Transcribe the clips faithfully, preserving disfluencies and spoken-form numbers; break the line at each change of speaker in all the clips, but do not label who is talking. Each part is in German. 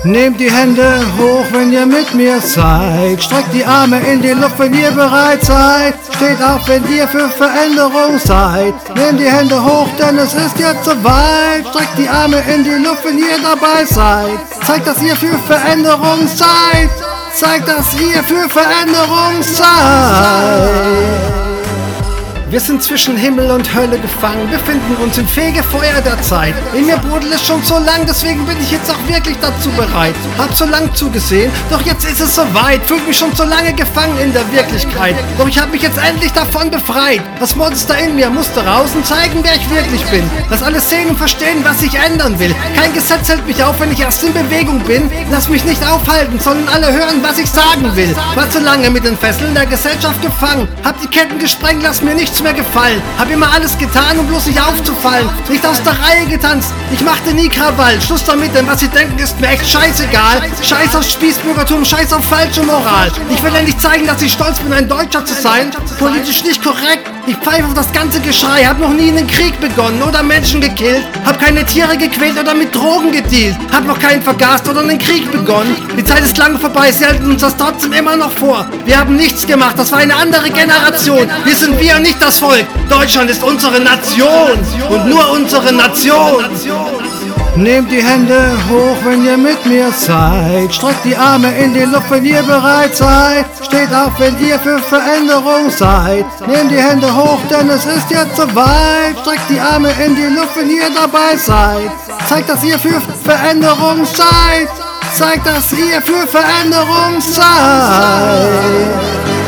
Nehmt die Hände hoch, wenn ihr mit mir seid. Streckt die Arme in die Luft, wenn ihr bereit seid. Steht auf, wenn ihr für Veränderung seid. Nehmt die Hände hoch, denn es ist jetzt soweit. Streckt die Arme in die Luft, wenn ihr dabei seid. Zeigt, dass ihr für Veränderung seid. Zeigt, dass ihr für Veränderung seid. Wir sind zwischen Himmel und Hölle gefangen, befinden uns im Fegefeuer der Zeit. In mir brodelt es schon so lang, deswegen bin ich jetzt auch wirklich dazu bereit. Hab so lang zugesehen, doch jetzt ist es soweit. Fühlt mich schon so lange gefangen in der Wirklichkeit. Doch ich hab mich jetzt endlich davon befreit. Das Monster in mir musste raus und zeigen, wer ich wirklich bin. Lass alles sehen und verstehen, was ich ändern will. Kein Gesetz hält mich auf, wenn ich erst in Bewegung bin. Lass mich nicht aufhalten, sondern alle hören, was ich sagen will. War zu lange mit den Fesseln der Gesellschaft gefangen. Hab die Ketten gesprengt, lass mir nichts mehr gefallen. Hab immer alles getan, um bloß nicht aufzufallen. Nicht aus der Reihe getanzt, ich machte nie Krawall. Schluss damit, denn was sie denken ist mir echt scheißegal. Scheiß auf Spießbürgertum, scheiß auf falsche Moral. Ich will endlich zeigen, dass ich stolz bin, ein Deutscher zu sein. Politisch nicht korrekt, ich pfeife auf das ganze Geschrei. Hab noch nie einen Krieg begonnen oder Menschen gekillt. Hab keine Tiere gequält oder mit Drogen gedealt. Hab noch keinen vergast oder einen Krieg begonnen. Die Zeit ist lang vorbei, sie halten uns das trotzdem immer noch vor. Wir haben nichts gemacht, das war eine andere Generation. Wir sind wir und nicht das Volk. Deutschland ist unsere Nation und nur unsere Nation. Nehmt die Hände hoch, wenn ihr mit mir seid. Streckt die Arme in die Luft, wenn ihr bereit seid. Steht auf, wenn ihr für Veränderung seid. Nehmt die Hände hoch, denn es ist jetzt soweit. Streckt die Arme in die Luft, wenn ihr dabei seid. Zeigt, dass ihr für Veränderung seid. Zeigt, dass ihr für Veränderung seid.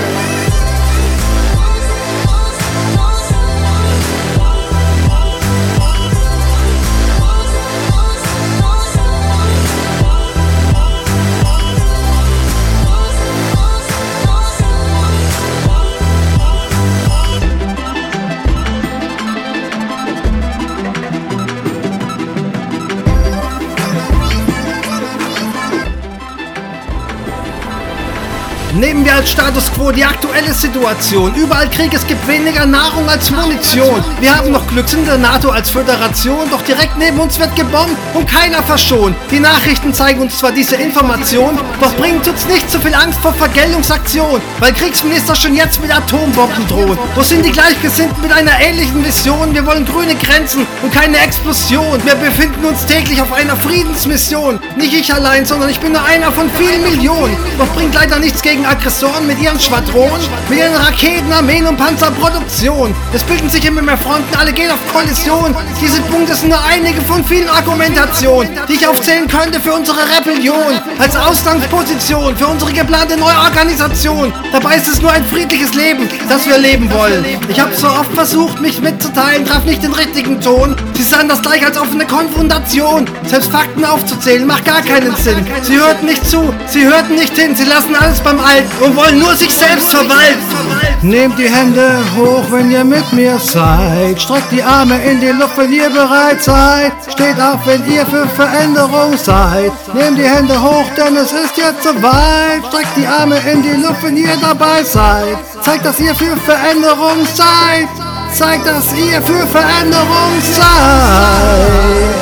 Nehmen wir als Status Quo die aktuelle Situation. Überall Krieg, es gibt weniger Nahrung als Munition. Wir haben noch Glück in der NATO als Föderation, doch direkt neben uns wird gebombt und keiner verschont. Die Nachrichten zeigen uns zwar diese Information, doch bringt uns nicht zu viel Angst vor Vergeltungsaktion, weil Kriegsminister schon jetzt mit Atombomben drohen. Wo sind die Gleichgesinnten mit einer ähnlichen Vision? Wir wollen grüne Grenzen und keine Explosion. Wir befinden uns täglich auf einer Friedensmission. Nicht ich allein, sondern ich bin nur einer von vielen Millionen. Doch bringt leider nichts gegen Aggressoren mit ihren Schwadronen, mit ihren Raketen, Armeen und Panzerproduktion. Es bilden sich immer mehr Fronten, alle gehen auf Kollision. Diese Punkte sind nur einige von vielen Argumentationen, die ich aufzählen könnte für unsere Rebellion. Als Ausgangsposition für unsere geplante Neuorganisation. Dabei ist es nur ein friedliches Leben, das wir leben wollen. Ich habe so oft versucht, mich mitzuteilen, traf nicht den richtigen Ton. Sie sahen das gleich als offene Konfrontation. Selbst Fakten aufzuzählen macht gar keinen Sinn. Sie hörten nicht zu, sie hörten nicht hin, sie lassen alles beim Alten und wollen nur sich selbst verwalten. Nehmt die Hände hoch, wenn ihr mit mir seid. Streckt die Arme in die Luft, wenn ihr bereit seid. Steht auf, wenn ihr für Veränderung seid. Nehmt die Hände hoch, denn es ist jetzt soweit. Streckt die Arme in die Luft, wenn ihr dabei seid. Zeigt, dass ihr für Veränderung seid. Zeigt, dass ihr für Veränderung seid.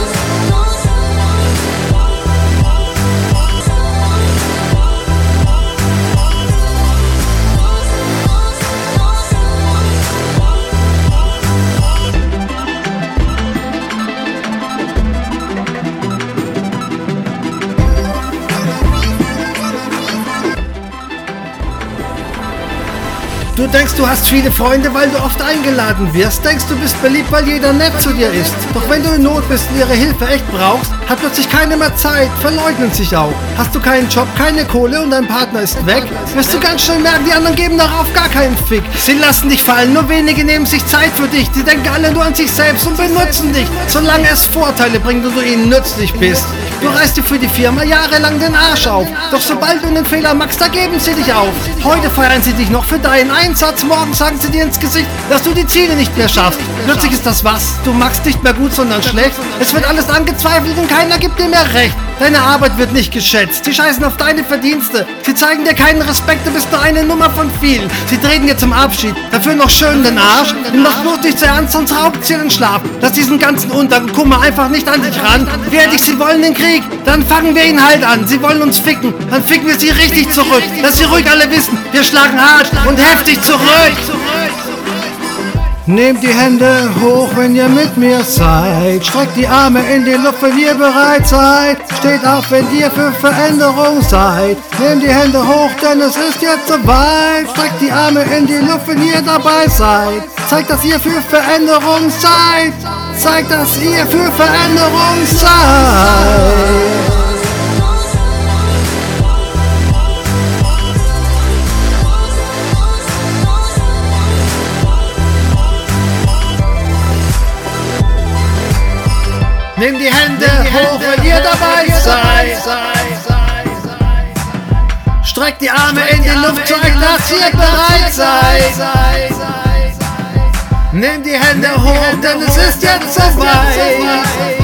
Du denkst, du hast viele Freunde, weil du oft eingeladen wirst. Denkst, du bist beliebt, weil jeder nett zu dir ist. Doch wenn du in Not bist und ihre Hilfe echt brauchst, hat plötzlich keiner mehr Zeit, verleugnen sich auch. Hast du keinen Job, keine Kohle und dein Partner ist weg, wirst du ganz schnell merken, die anderen geben darauf gar keinen Fick. Sie lassen dich fallen, nur wenige nehmen sich Zeit für dich. Die denken alle nur an sich selbst und benutzen dich, solange es Vorteile bringt und du ihnen nützlich bist. Du reißt dir für die Firma jahrelang den Arsch auf. Doch sobald du einen Fehler machst, da geben sie dich auf. Heute feiern sie dich noch für deinen Einsatz, morgen sagen sie dir ins Gesicht, dass du die Ziele nicht mehr schaffst. Plötzlich ist das was, du machst nicht mehr gut, sondern schlecht. Es wird alles angezweifelt und keiner gibt dir mehr recht. Deine Arbeit wird nicht geschätzt. Sie scheißen auf deine Verdienste. Sie zeigen dir keinen Respekt, du bist nur eine Nummer von vielen. Sie treten dir zum Abschied, dafür noch schön den Arsch. Und mach bloß nicht zu ernst, sonst raubt sie den Schlaf. Lass diesen ganzen Undank und Kummer einfach nicht an dich ran. Fertig, sie wollen den Krieg, dann fangen wir ihn halt an. Sie wollen uns ficken, dann ficken wir sie richtig zurück. Dass sie ruhig alle wissen, wir schlagen hart und heftig zurück. Nehmt die Hände hoch, wenn ihr mit mir seid. Streckt die Arme in die Luft, wenn ihr bereit seid. Steht auf, wenn ihr für Veränderung seid. Nehmt die Hände hoch, denn es ist jetzt soweit. Streckt die Arme in die Luft, wenn ihr dabei seid. Zeigt, dass ihr für Veränderung seid. Zeigt, dass ihr für Veränderung seid. Nehmt die Hände hoch, wenn ihr dabei seid. Streckt die Arme in die Luft, zeigt, dass ihr bereit seid. Nehmt die Hände hoch, denn es ist jetzt soweit.